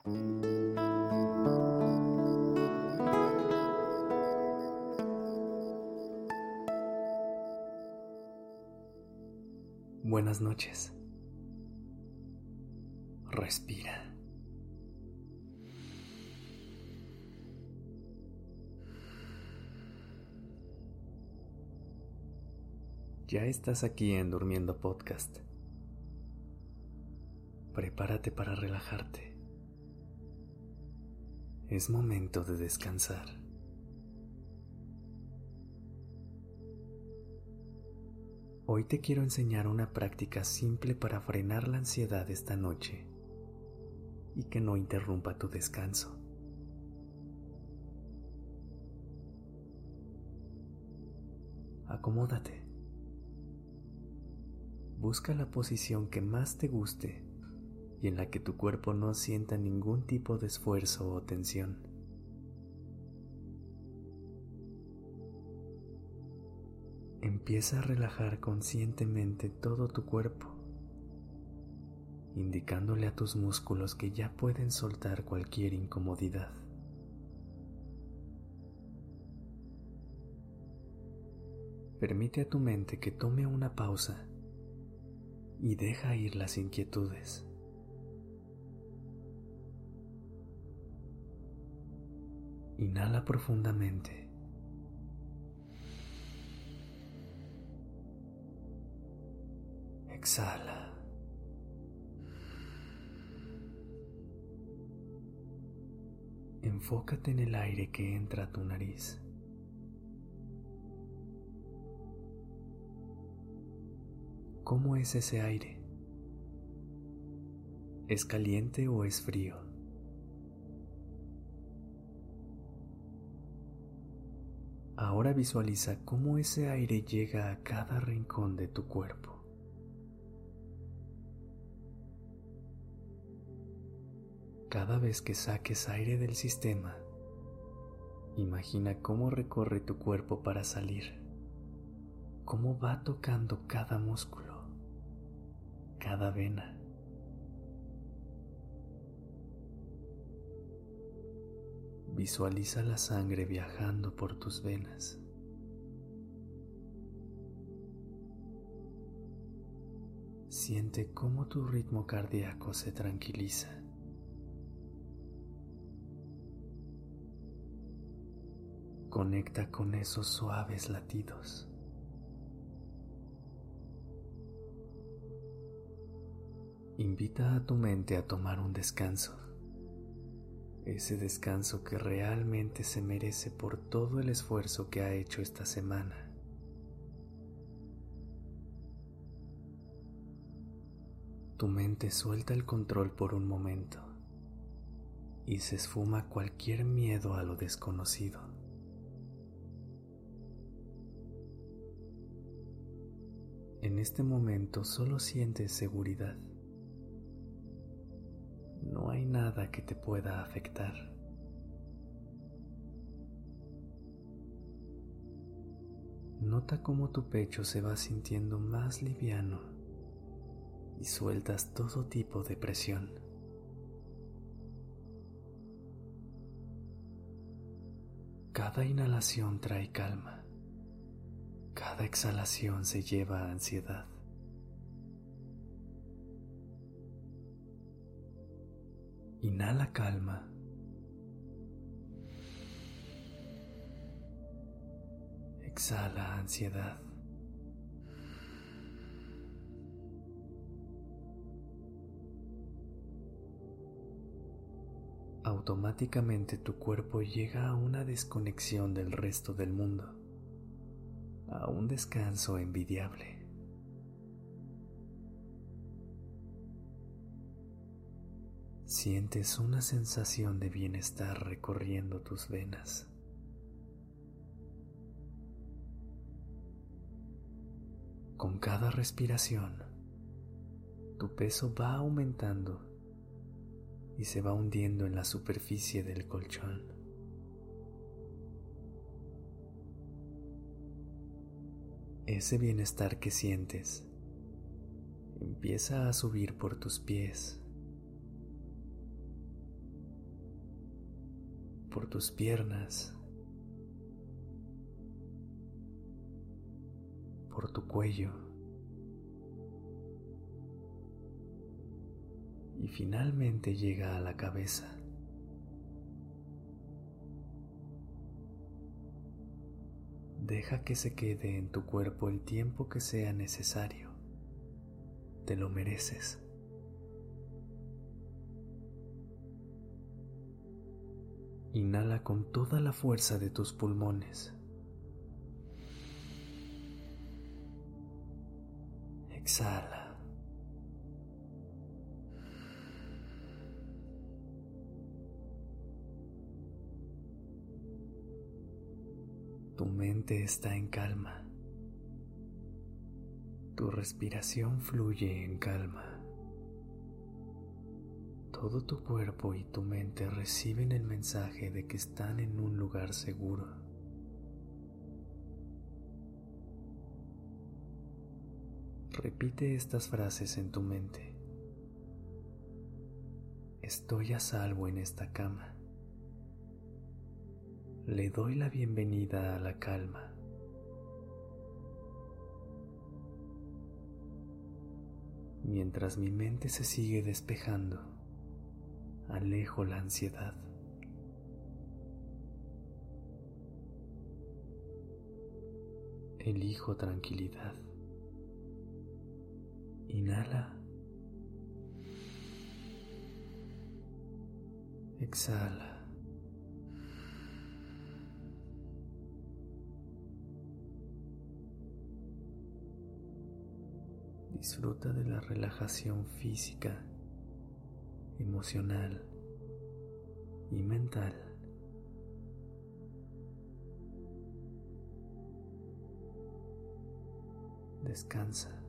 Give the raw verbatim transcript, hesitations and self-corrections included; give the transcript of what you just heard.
Buenas noches. Respira. Ya estás aquí en Durmiendo Podcast. Prepárate para relajarte. Es momento de descansar. Hoy te quiero enseñar una práctica simple para frenar la ansiedad esta noche y que no interrumpa tu descanso. Acomódate. Busca la posición que más te guste y en la que tu cuerpo no sienta ningún tipo de esfuerzo o tensión. Empieza a relajar conscientemente todo tu cuerpo, indicándole a tus músculos que ya pueden soltar cualquier incomodidad. Permite a tu mente que tome una pausa y deja ir las inquietudes. Inhala profundamente. Exhala. Enfócate en el aire que entra a tu nariz. ¿Cómo es ese aire? ¿Es caliente o es frío? Ahora visualiza cómo ese aire llega a cada rincón de tu cuerpo. Cada vez que saques aire del sistema, imagina cómo recorre tu cuerpo para salir, cómo va tocando cada músculo, cada vena. Visualiza la sangre viajando por tus venas. Siente cómo tu ritmo cardíaco se tranquiliza. Conecta con esos suaves latidos. Invita a tu mente a tomar un descanso. Ese descanso que realmente se merece por todo el esfuerzo que ha hecho esta semana. Tu mente suelta el control por un momento y se esfuma cualquier miedo a lo desconocido. En este momento solo sientes seguridad. No hay nada que te pueda afectar. Nota cómo tu pecho se va sintiendo más liviano y sueltas todo tipo de presión. Cada inhalación trae calma. Cada exhalación se lleva ansiedad. Inhala calma. Exhala ansiedad. Automáticamente tu cuerpo llega a una desconexión del resto del mundo, a un descanso envidiable. Sientes una sensación de bienestar recorriendo tus venas. Con cada respiración, tu peso va aumentando y se va hundiendo en la superficie del colchón. Ese bienestar que sientes empieza a subir por tus pies, por tus piernas, por tu cuello y finalmente llega a la cabeza. Deja que se quede en tu cuerpo el tiempo que sea necesario. Te lo mereces. Inhala con toda la fuerza de tus pulmones. Exhala. Tu mente está en calma. Tu respiración fluye en calma. Todo tu cuerpo y tu mente reciben el mensaje de que están en un lugar seguro. Repite estas frases en tu mente. Estoy a salvo en esta cama. Le doy la bienvenida a la calma. Mientras mi mente se sigue despejando, alejo la ansiedad. Elijo tranquilidad. Inhala. Exhala. Disfruta de la relajación física, emocional y mental. Descansa.